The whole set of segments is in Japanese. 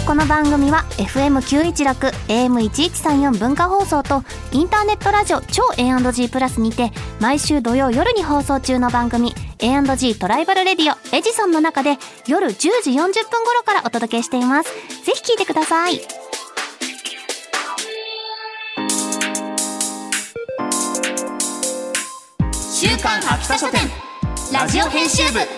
この番組は FM916 AM1134 文化放送とインターネットラジオ超 A&G プラスにて毎週土曜夜に放送中の番組 A&G トライバルレディオエジソンの中で夜10時40分頃からお届けしています。ぜひ聞いてください。 週刊秋田書店ラジオ編集部。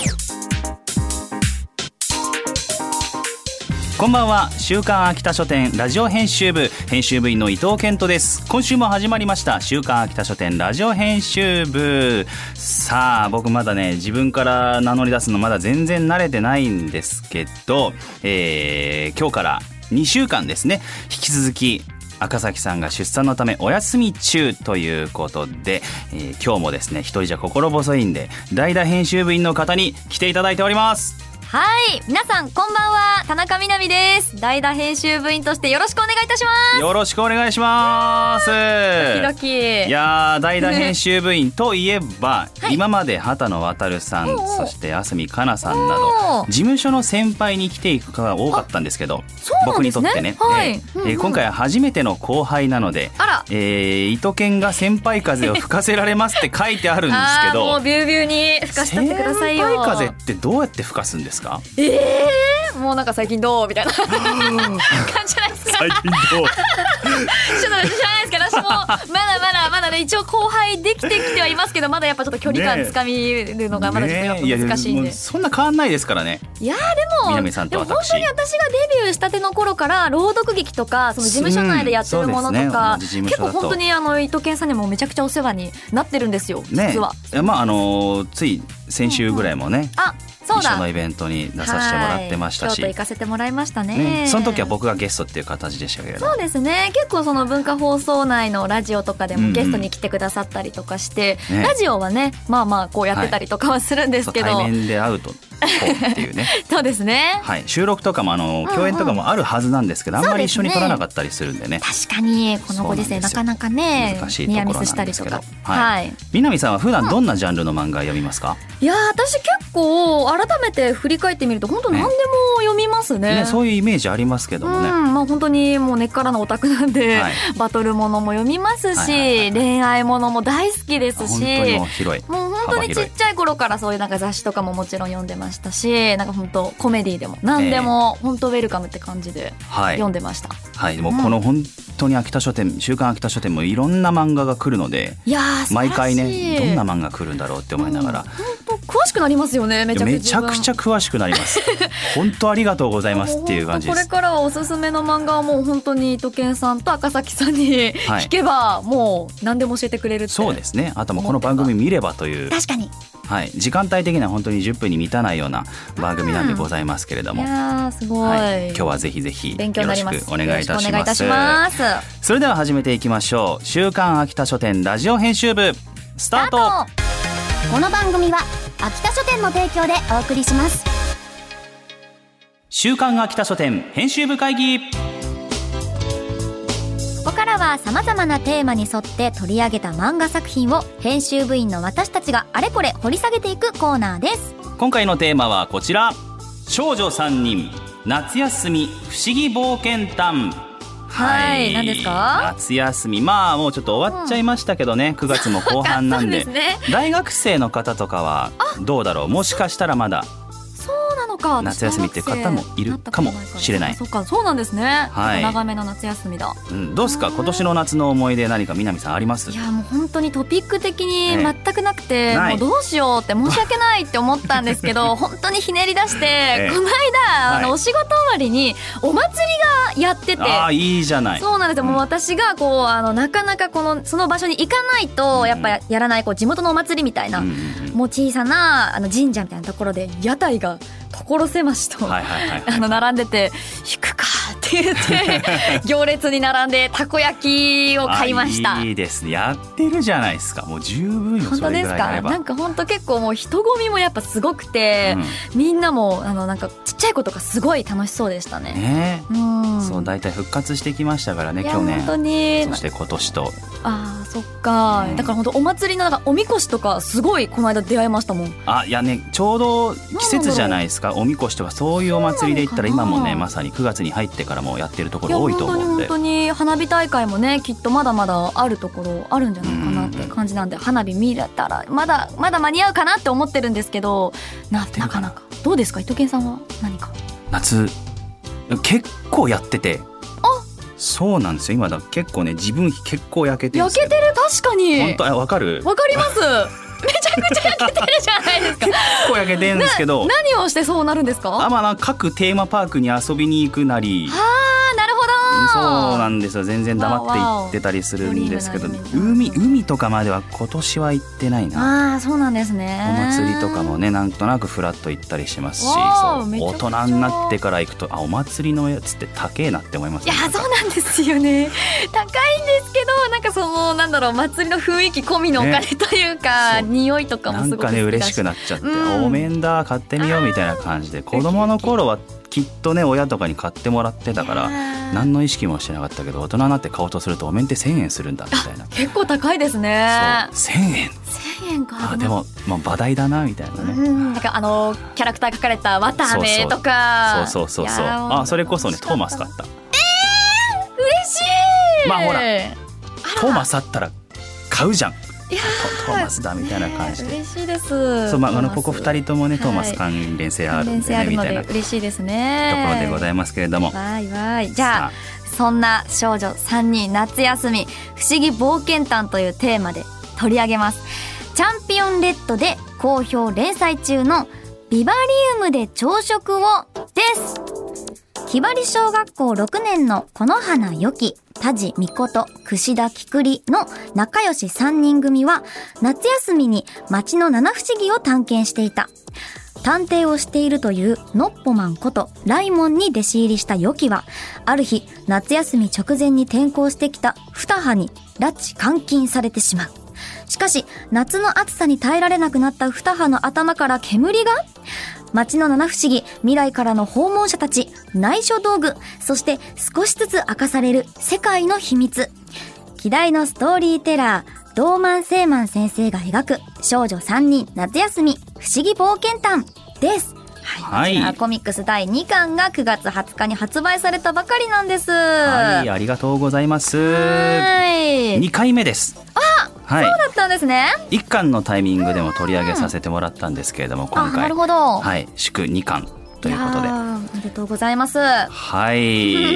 こんばんは。週刊秋田書店ラジオ編集部編集部員の伊藤健人です。今週も始まりました週刊秋田書店ラジオ編集部。さあ僕まだね自分から名乗り出すのまだ全然慣れてないんですけど、今日から2週間ですね引き続き赤崎さんが出産のためお休み中ということで、今日もですね一人じゃ心細いんで代打編集部員の方に来ていただいております。 はい、皆さんこんばんは。田中みな実です。代打編集部員としてよろしくお願いいたします。 よろしくお願いします。 ドキドキ。 いや代打編集部員といえば、 はい、 今まで畑野渡さんそして渥美かなさんなど事務所の先輩に来ていく方が多かったんですけど、僕にとってね、 はい、 今回は初めての後輩なので、伊藤健が先輩風を吹かせられますって書いてあるんですけどもうビュービューに吹かしちゃってくださいよ。 先輩風ってどうやって吹かすんですか？ もうなんか最近どうみたいな感じじゃないですか。 最近どうちょっと知らないですけど、私もまだね一応後輩できてきてはいますけど、まだやっぱちょっと距離感つかみるのがまだちょっと難しいんで、 そんな変わんないですからね。 いやでも南さんと私、 でも本当に私がデビューしたての頃から朗読劇とかその事務所内でやってるものとか、結構本当に伊藤健さんにもめちゃくちゃお世話になってるんですよ、実は。 つい先週ぐらいもね、一緒のイベントに出させてもらってましたし、 京都行かせてもらいましたね。 その時は僕がゲストっていう形でしたけれど。 そうですね、結構その文化放送内のラジオとかでもゲストに来てくださったりとかして、ラジオはねこうやってたりとかはするんですけど、 対面で会うとっていうねそうですね、 収録とかも共演とかもあるはずなんですけど、あんまり一緒に撮らなかったりするんでね。 確かにこのご時世なかなかね難しいところなんですけど、 ニアミスしたりとか。 南さんは普段どんなジャンルの漫画読みますか？ いや私結構改めて振り返ってみると本当何でも読みますね。 そういうイメージありますけどもね。 本当にもう根っからのオタクなんで、バトルものも読みますし、恋愛ものも大好きですし、 もう本当にちっちゃい頃からそういうなんか雑誌とかももちろん読んでましたし、なんか本当コメディでも何でも本当ウェルカムって感じで読んでました。 でもこの本当に秋田書店、週刊秋田書店もいろんな漫画が来るので、毎回ねどんな漫画来るんだろうって思いながら、 本当詳しくなりますよね。めちゃくちゃ詳しくなります本当ありがとうございますっていう感じです。 これからはおすすめの漫画はもう本当に伊藤健さんと赤崎さんに聞けばもう何でも教えてくれるって。 そうですね。あともこの番組見ればという。 確かに。 時間帯的には本当に10分に満たないような番組なんでございますけれども、 いやすごい、 今日はぜひぜひよろしくお願いいたします。それでは始めていきましょう。週刊秋田書店ラジオ編集部スタート。 この番組は秋田書店の提供でお送りします。 週刊秋田書店編集部会議。 ここからはさまざまなテーマに沿って取り上げた漫画作品を編集部員の私たちがあれこれ掘り下げていくコーナーです。 今回のテーマはこちら、少女3人夏休み不思議冒険譚。 何ですか？ 夏休みもうちょっと終わっちゃいましたけどね、9月も後半なんで大学生の方とかはどうだろう、もしかしたらまだ夏休みっていう方もいるかもしれない。 そうなんですね、長めの夏休みだ。 どうですか今年の夏の思い出、何か南さんあります？ いやもう本当にトピック的に全くなくて、もうどうしようって申し訳ないって思ったんですけど本当にひねり出して、この間お仕事終わりにお祭りがやってて、 いいじゃない。 そうなんですよ、もう私がこうなかなかその場所に行かないとやっぱやらない地元のお祭りみたいな、もう小さな神社みたいなところで屋台が所狭しと並んでて、行くかってって言って行列に並んでたこ焼きを買いました。 いいですね、やってるじゃないですか。もう十分よ。 本当ですか。なんか本当結構もう人混みもやっぱすごくて、みんなもなんかちっちゃい子とかすごい楽しそうでしたね。 そうだいたい復活してきましたからね、去年。 本当に。 そして今年と。 そっか。だから本当お祭りのなんかおみこしとかすごいこの間出会いましたもん。 いやね、ちょうど季節じゃないですか。おみこしとかそういうお祭りで言ったら今もね、まさに9月に入ってからもやってるところ多いと思うんで。 本当に花火大会もね、きっとまだまだあるところあるんじゃないかなって感じなんで、花火見れたらまだ間に合うかなって思ってるんですけど、なかなか。どうですか、伊藤健さんは何か。 夏結構やってて。そうなんですよ。今だ結構ね、自分結構焼けてるんですけど。 焼けてる。確かに。 本当わかる。 わかりますめちゃくちゃ焼けてるじゃないですか。 結構焼けてるんですけど。 何をしてそうなるんですか。各テーマパークに遊びに行くなり。 なるほど。 そうなんですよ。全然黙って行ってたりするんですけど、海とかまでは今年は行ってないな。 そうなんですね。 お祭りとかもね、なんとなくフラッと行ったりしますし、大人になってから行くとお祭りのやつって高えなって思いますね。 いや、そうなんですよね。高いんですけど、なんかなんだろう、祭りの雰囲気込みのお金というか、匂いとかもすごく好きだし、 なんかね嬉しくなっちゃって、お面だ買ってみようみたいな感じで、子供の頃はきっとね親とかに買ってもらってたから何の意識もしてなかったけど、大人になって買おうとするとお面って1000円するんだみたいな。 結構高いですね。 そう、1000円か。でも馬代だなみたいなね。 なんかキャラクター描かれた綿あめとか。 そうそれこそね、トーマス買った。 嬉しい。 ほらトーマスあったら買うじゃん。トーマスだみたいな感じで嬉しいです。 そう、ここ2人ともね、トーマス関連性あるんでねみたいな嬉しいですね。 ところでございますけれども、 じゃあそんな少女3人夏休み不思議冒険譚というテーマで取り上げます。チャンピオンレッドで好評連載中のビバリウムで朝食をです。ひばり小学校6年のこの花よき、田地みこと串田きくりの仲良し3人組は夏休みに街の七不思議を探検していた。探偵をしているというノッポマンことライモンに弟子入りしたヨキは、ある日夏休み直前に転校してきた二葉に拉致監禁されてしまう。しかし夏の暑さに耐えられなくなった二葉の頭から煙が。街の七不思議、未来からの訪問者たち、内緒道具、そして少しずつ明かされる世界の秘密。希代のストーリーテラードーマン・セーマン先生が描く少女3人夏休み不思議冒険譚です。はい、こちらコミックス第2巻が9月20日に発売されたばかりなんです。 はい、ありがとうございます。2回目です。 そうだったんですね。 1巻のタイミングでも取り上げさせてもらったんですけれども、今回なるほど、 祝2巻ということで、 おめでとうございます。 はい、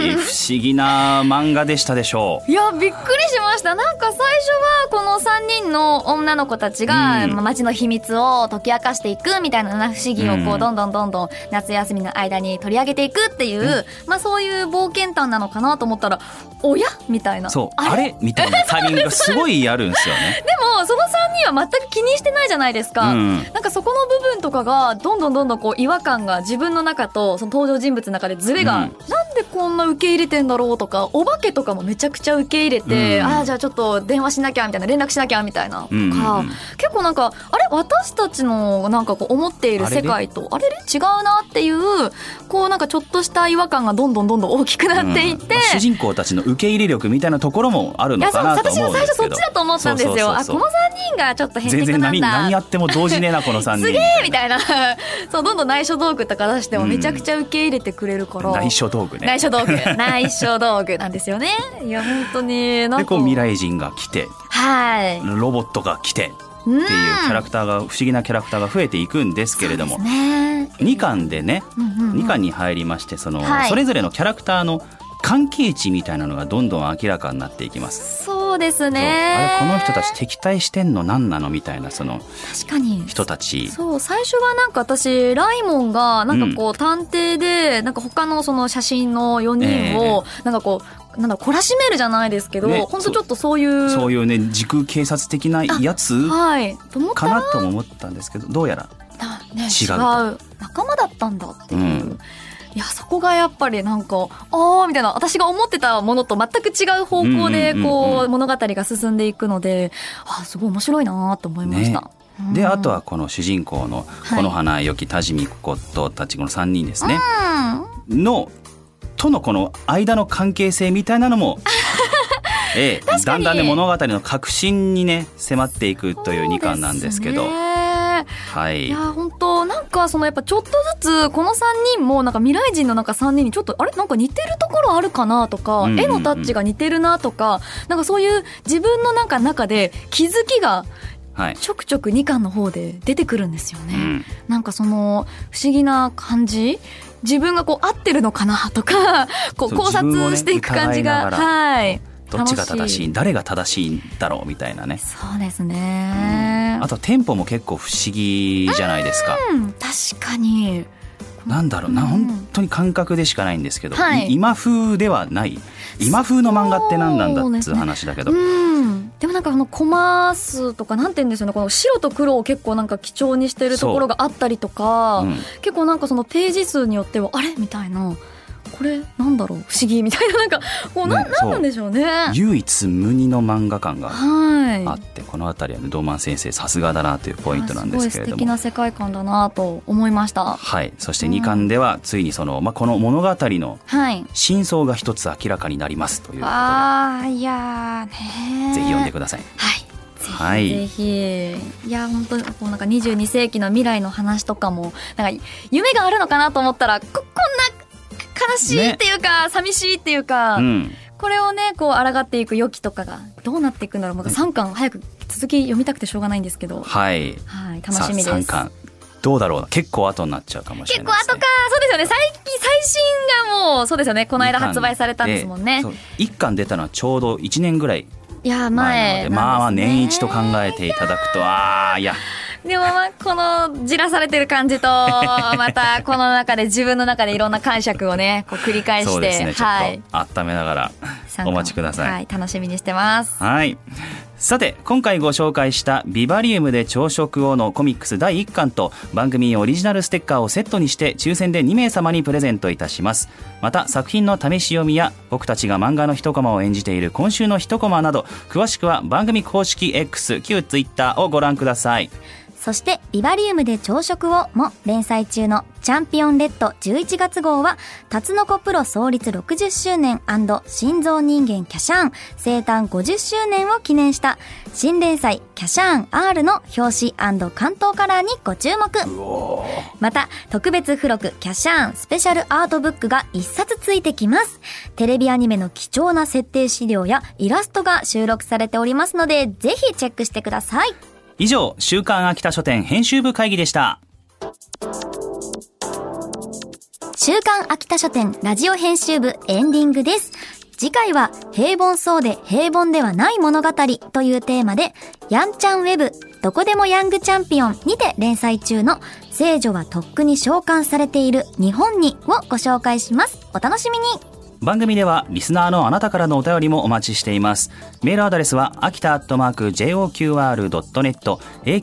不思議な漫画でしたでしょう。 いや、びっくりしました。なんか最初はこの3人の女の子たちが街の秘密を解き明かしていくみたいな不思議をどんどん夏休みの間に取り上げていくっていう、そういう冒険譚なのかなと思ったら、おやみたいな、 あれみたいなタイミングがすごいあるんですよね。 でもその3人は全く気にしてないじゃないですか。なんかそこの部分とかがどんどんこう違和感が自分の中とその登場人物の中でズレが、なんでこんな受け入れてんだろうとか、お化けとかもめちゃくちゃ受け入れて、じゃあちょっと電話しなきゃみたいな、連絡しなきゃみたいなとか、結構なんか私たちのなんかこう思っている世界とあれ違うなっていう、こうなんかちょっとした違和感がどんどん大きくなっていって、 主人公たちの受け入れ力みたいなところもあるのかなと思うんですけど、 私も最初そっちだと思ったんですよ。この3人がちょっと変哲なんだ、 全然何やっても動じねえなこの3人すげえみたいなどんどん内緒道具とか出してもめちゃくちゃ受け入れてくれるから、 内緒道具ね、 内緒道具なんですよね。いや本当になんかでこう未来人が来て、ロボットが来てっていうキャラクターが、不思議なキャラクターが増えていくんですけれども、2巻でね、2巻に入りまして、それぞれのキャラクターの関係値みたいなのがどんどん明らかになっていきます。 そうですね。 この人たち敵対してんの何なのみたいな、その確かに人たち。 そう、最初はなんか私ライモンがなんかこう探偵で、なんか他のその写真の4人をなんかこうなんだ懲らしめるじゃないですけど、本当ちょっとそういうね時空警察的なやつかなとも思ったんですけど、どうやら違うと、 仲間だったんだっていう。 いやそこがやっぱりなんかみたいな、私が思ってたものと全く違う方向でこう物語が進んでいくので、すごい面白いなと思いました、ね。 であとはこの主人公のこの花よき田地美子とたちこの3人ですね、とのこの間の関係性みたいなのもだんだんね物語の核心にね迫っていくという2巻なんですけど、はい、いや本当なんかそのやっぱちょっとずつこの3人もなんか未来人のなんか3人にちょっとなんか似てるところあるかなとか、絵のタッチが似てるなとか、なんかそういう自分の中で気づきがちょくちょく2巻の方で出てくるんですよね、なんかその不思議な感じ、自分がこう合ってるのかなとかこう考察していく感じが、 どっちが正しい、誰が正しいんだろうみたいなね。 そうですね、 あとテンポも結構不思議じゃないですか、 確かになんだろうな、本当に感覚でしかないんですけど、今風ではない、今風の漫画って何なんだっていう話だけど、 でもなんかコマ数とかなんて言うんですよね、この白と黒を結構なんか基調にしてるところがあったりとか、結構なんかそのページ数によってはあれみたいな、これなんだろう不思議みたいな、なんかこうなんなんでしょうね、 唯一無二の漫画感があって、このあたりはね堂満先生さすがだなというポイントなんですけれども、 すごい素敵な世界観だなと思いました。 はい、そして2巻ではついにその、この物語の真相が一つ明らかになりますということで、 いやね、 ぜひ読んでください。 ぜひ、いや本当にこうなんか22世紀の未来の話とかもなんか夢があるのかなと思ったらこんな悲しいっていうか、寂しいっていうか、これをねこう抗っていく良きとかがどうなっていくんだろう。また3巻早く続き読みたくてしょうがないんですけど、楽しみです。 3巻どうだろうな、結構後になっちゃうかもしれないですね。 結構後か、そうですよね。最新がもうそうですよね、この間発売されたんですもんね。 1巻出たのはちょうど1年ぐらい前なので、年一と考えていただくと、 でもこのじらされてる感じとまたこの中で自分の中でいろんな解釈をねこう繰り返して、 そうですね、ちょっと温めながらお待ちください。 楽しみにしてます。 さて今回ご紹介したビバリウムで朝食をのコミックス第1巻と番組オリジナルステッカーをセットにして抽選で2名様にプレゼントいたします。また作品の試し読みや僕たちが漫画の一コマを演じている今週の一コマなど、詳しくは番組公式 X 旧 Twitter をご覧ください。 そしてビバリウムで朝食をも連載中のチャンピオンレッド11月号はタツノコプロ創立60周年&心臓人間キャシャーン生誕50周年を記念した新連載キャシャーン R の表紙&関東カラーにご注目。また特別付録キャシャーンスペシャルアートブックが1冊ついてきます。テレビアニメの貴重な設定資料やイラストが収録されておりますので、ぜひチェックしてください。 以上、週刊秋田書店編集部会議でした。 週刊秋田書店ラジオ編集部エンディングです。次回は平凡そうで平凡ではない物語というテーマで、ヤンちゃんウェブどこでもヤングチャンピオンにて連載中の聖女はとっくに召喚されている日本にをご紹介します。お楽しみに。 番組ではリスナーのあなたからのお便りもお待ちしています。メールアドレスはakita@joqr.net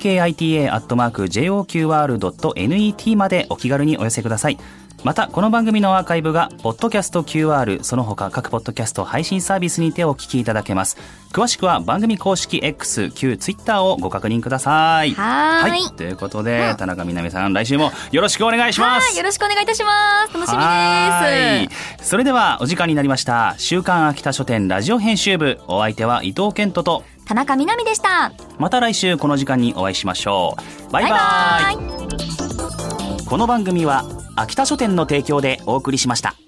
akita@joqr.net までお気軽にお寄せください。またこの番組のアーカイブがポッドキャスト QR その他各ポッドキャスト配信サービスにてお聞きいただけます。詳しくは番組公式 X 旧 Twitter をご確認ください。 はい、 ということで、田中みな実さん来週もよろしくお願いします。 よろしくお願いいたします。楽しみです。 それではお時間になりました。週刊秋田書店ラジオ編集部、お相手は伊藤健人と田中みな実でした。 また来週この時間にお会いしましょう。バイバイ。この番組は秋田書店の提供でお送りしました。